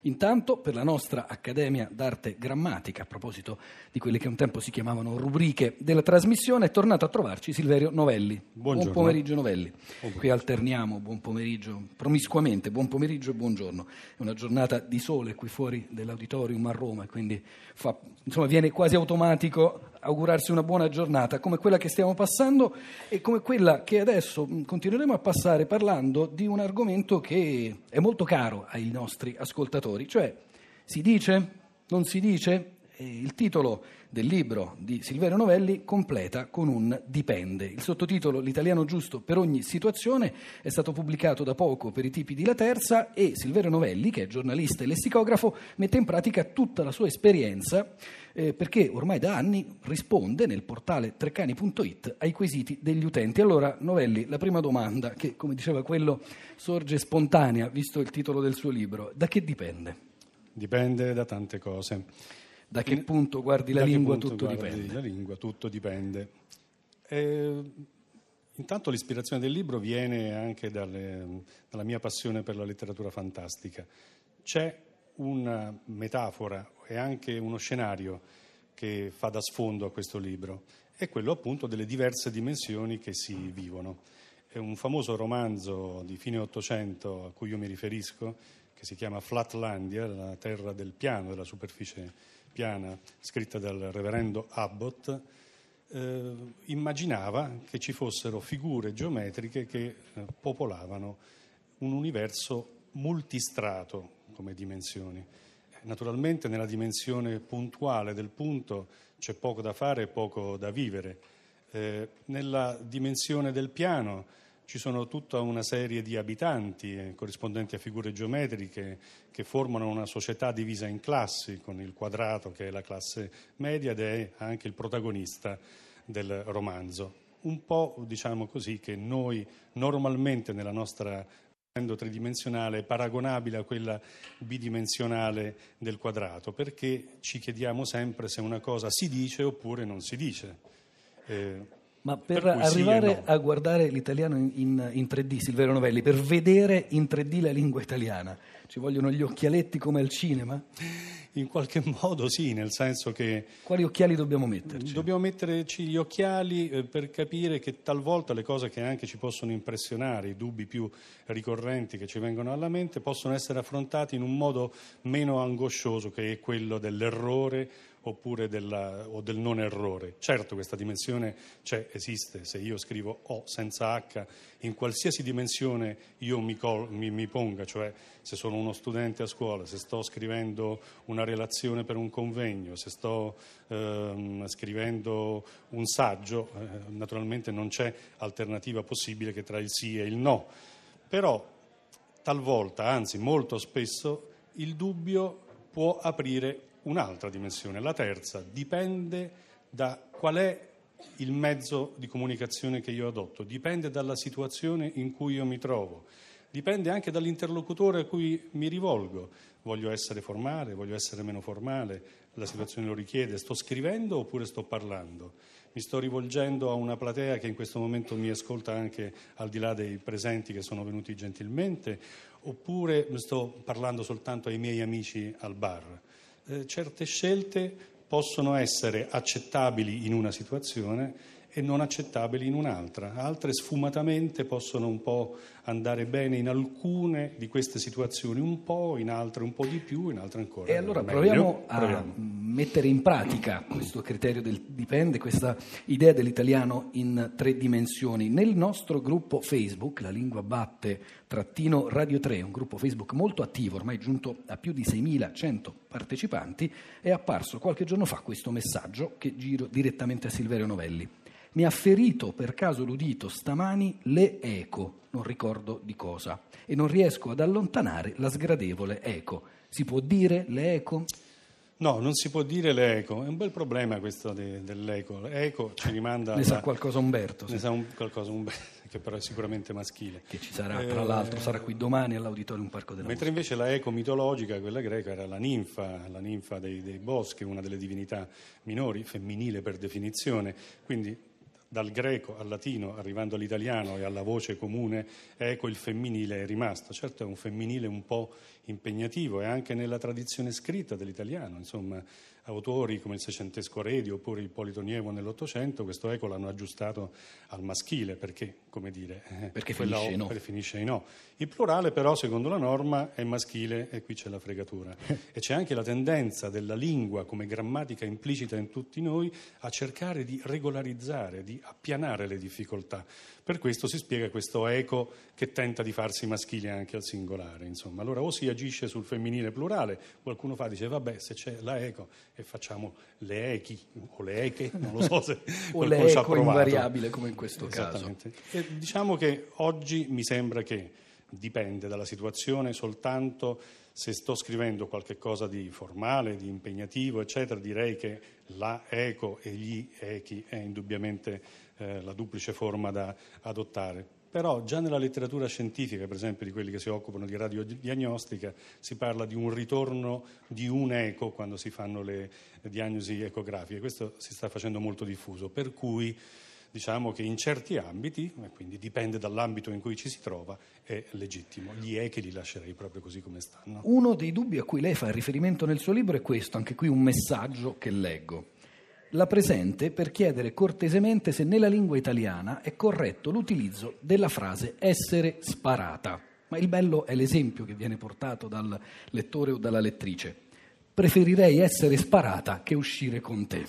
Intanto, per la nostra Accademia d'Arte Grammatica, a proposito di quelle che un tempo si chiamavano rubriche della trasmissione, è tornato a trovarci Silverio Novelli. Buongiorno. Buon pomeriggio Novelli. Buongiorno. Qui alterniamo buon pomeriggio, promiscuamente, buon pomeriggio e buongiorno. È una giornata di sole qui fuori dell'auditorium a Roma, quindi viene quasi automatico augurarsi una buona giornata come quella che stiamo passando e come quella che adesso continueremo a passare parlando di un argomento che è molto caro ai nostri ascoltatori, cioè si dice, non si dice? Il titolo del libro di Silverio Novelli completa con un dipende. Il sottotitolo L'italiano giusto per ogni situazione è stato pubblicato da poco per i tipi di La Terza e Silverio Novelli, che è giornalista e lessicografo, mette in pratica tutta la sua esperienza perché ormai da anni risponde nel portale treccani.it ai quesiti degli utenti. Allora, Novelli, la prima domanda, che come diceva quello sorge spontanea, visto il titolo del suo libro, da che dipende? Dipende da tante cose. Da che punto guardi la lingua tutto dipende? La lingua tutto dipende. Intanto l'ispirazione del libro viene anche dalla mia passione per la letteratura fantastica. C'è una metafora e anche uno scenario che fa da sfondo a questo libro, è quello appunto delle diverse dimensioni che si vivono. È un famoso romanzo di fine Ottocento a cui io mi riferisco, che si chiama Flatlandia, la terra del piano, della superficie piana, scritta dal reverendo Abbott, immaginava che ci fossero figure geometriche che popolavano un universo multistrato come dimensioni. Naturalmente nella dimensione puntuale del punto c'è poco da fare e poco da vivere. Nella dimensione del piano ci sono tutta una serie di abitanti corrispondenti a figure geometriche che formano una società divisa in classi, con il quadrato che è la classe media ed è anche il protagonista del romanzo. Un po', diciamo così, che noi normalmente nella nostra vivendo tridimensionale è paragonabile a quella bidimensionale del quadrato, perché ci chiediamo sempre se una cosa si dice oppure non si dice. Ma per arrivare a guardare l'italiano in 3D, Silverio Novelli, per vedere in 3D la lingua italiana, ci vogliono gli occhialetti come al cinema? In qualche modo sì, nel senso che... Quali occhiali dobbiamo metterci? Dobbiamo metterci gli occhiali per capire che talvolta le cose che anche ci possono impressionare, i dubbi più ricorrenti che ci vengono alla mente, possono essere affrontati in un modo meno angoscioso, che è quello dell'errore oppure o del non errore. Certo, questa dimensione esiste. Se io scrivo O senza H, in qualsiasi dimensione io mi ponga, cioè se sono uno studente a scuola, se sto scrivendo una relazione per un convegno, se sto scrivendo un saggio, naturalmente non c'è alternativa possibile che tra il sì e il no. Però talvolta, anzi molto spesso, il dubbio può aprire un'altra dimensione, la terza. Dipende da qual è il mezzo di comunicazione che io adotto, dipende dalla situazione in cui io mi trovo, dipende anche dall'interlocutore a cui mi rivolgo. Voglio essere formale, voglio essere meno formale, la situazione lo richiede, sto scrivendo oppure sto parlando, mi sto rivolgendo a una platea che in questo momento mi ascolta anche al di là dei presenti che sono venuti gentilmente, oppure sto parlando soltanto ai miei amici al bar. Certe scelte possono essere accettabili in una situazione e non accettabili in un'altra. Altre sfumatamente possono un po' andare bene in alcune di queste situazioni, un po', in altre un po' di più, in altre ancora. E allora proviamo a mettere in pratica questo criterio del dipende, questa idea dell'italiano in 3 dimensioni. Nel nostro gruppo Facebook, La Lingua Batte _Radio 3, un gruppo Facebook molto attivo, ormai giunto a più di 6.100 partecipanti, è apparso qualche giorno fa questo messaggio che giro direttamente a Silverio Novelli. Mi ha ferito per caso l'udito stamani le eco, non ricordo di cosa, e non riesco ad allontanare la sgradevole eco. Si può dire le eco? No, non si può dire le eco, è un bel problema questo dell'eco. Eco ci rimanda... Ne sa qualcosa Umberto. Ne sa qualcosa Umberto, che però è sicuramente maschile. Che ci sarà, tra l'altro, sarà qui domani all'Auditorium Parco della Mentre Musica. invece la eco mitologica, quella greca, era la ninfa dei boschi, una delle divinità minori, femminile per definizione, quindi dal greco al latino, arrivando all'italiano e alla voce comune eco, il femminile è rimasto. Certo è un femminile un po' impegnativo, e anche nella tradizione scritta dell'italiano, insomma, autori come il seicentesco Redi oppure Ippolito Nievo nell'Ottocento questo eco l'hanno aggiustato al maschile, perché, come dire, perché finisce in O. Il plurale però, secondo la norma, è maschile, e qui c'è la fregatura. E c'è anche la tendenza della lingua, come grammatica implicita in tutti noi, a cercare di regolarizzare, di appianare le difficoltà. Per questo si spiega questo eco che tenta di farsi maschile anche al singolare, insomma. Allora o si agisce sul femminile plurale, qualcuno dice vabbè, se c'è la eco e facciamo le echi o le eche, non lo so se o le eco invariabile come in questo caso. E diciamo che oggi mi sembra che dipende dalla situazione, soltanto se sto scrivendo qualche cosa di formale, di impegnativo, eccetera, direi che la eco e gli echi è indubbiamente la duplice forma da adottare. Però già nella letteratura scientifica, per esempio di quelli che si occupano di radiodiagnostica, si parla di un ritorno di un eco quando si fanno le diagnosi ecografiche. Questo si sta facendo molto diffuso, per cui diciamo che in certi ambiti, quindi dipende dall'ambito in cui ci si trova, è legittimo. Gli echi li lascerei proprio così come stanno. Uno dei dubbi a cui lei fa riferimento nel suo libro è questo, anche qui un messaggio che leggo. La presente per chiedere cortesemente se nella lingua italiana è corretto l'utilizzo della frase essere sparata. Ma il bello è l'esempio che viene portato dal lettore o dalla lettrice. Preferirei essere sparata che uscire con te.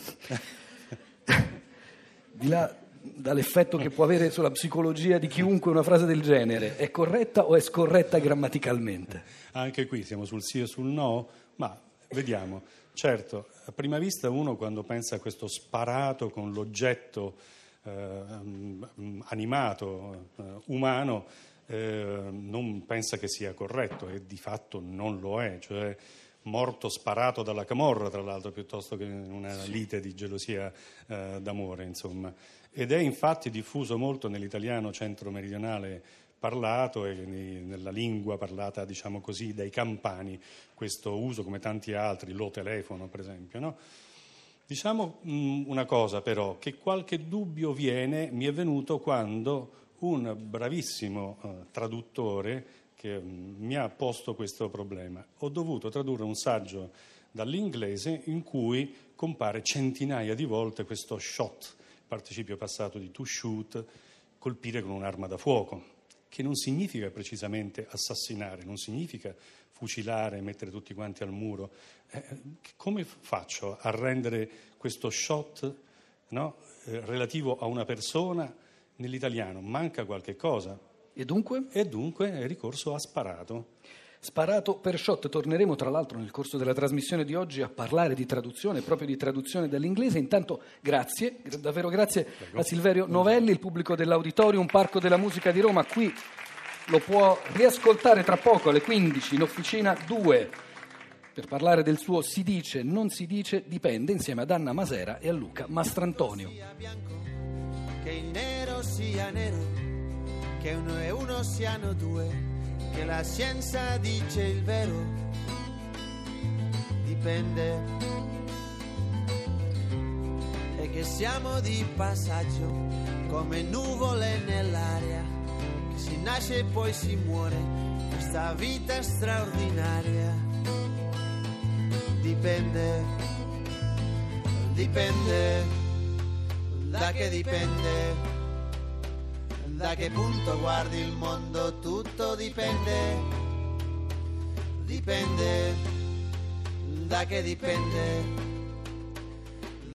Di là dall'effetto che può avere sulla psicologia di chiunque una frase del genere, è corretta o è scorretta grammaticalmente? Anche qui siamo sul sì e sul no, ma vediamo. Certo, a prima vista uno quando pensa a questo sparato con l'oggetto animato, umano, non pensa che sia corretto, e di fatto non lo è, cioè morto sparato dalla camorra, tra l'altro, piuttosto che una lite di gelosia d'amore, insomma. Ed è infatti diffuso molto nell'italiano centro-meridionale parlato e nella lingua parlata, diciamo così, dai campani, questo uso, come tanti altri, lo telefono per esempio, no? Diciamo una cosa però, che qualche dubbio mi è venuto quando un bravissimo traduttore che mi ha posto questo problema. Ho dovuto tradurre un saggio dall'inglese in cui compare centinaia di volte questo shot, participio passato di to shoot, colpire con un'arma da fuoco, che non significa precisamente assassinare, non significa fucilare e mettere tutti quanti al muro. Come faccio a rendere questo shot, no, relativo a una persona nell'italiano? Manca qualche cosa. E dunque? E dunque è ricorso a sparato. Sparato per shot. Torneremo tra l'altro nel corso della trasmissione di oggi a parlare di traduzione, proprio di traduzione dall'inglese. Intanto grazie, davvero grazie. Prego. A Silverio Novelli, il pubblico dell'Auditorium Parco della Musica di Roma. Qui lo può riascoltare tra poco alle 15 in Officina 2 per parlare del suo Si dice, non si dice, dipende, insieme ad Anna Masera e a Luca Mastrantonio. Sia bianco, che il nero sia nero, che uno e uno siano due, che la scienza dice il vero, dipende, e che siamo di passaggio come nuvole nell'aria, che si nasce e poi si muore, questa vita straordinaria, dipende, dipende, da che dipende, da che punto guardi il mondo, tutto dipende, dipende, da che dipende,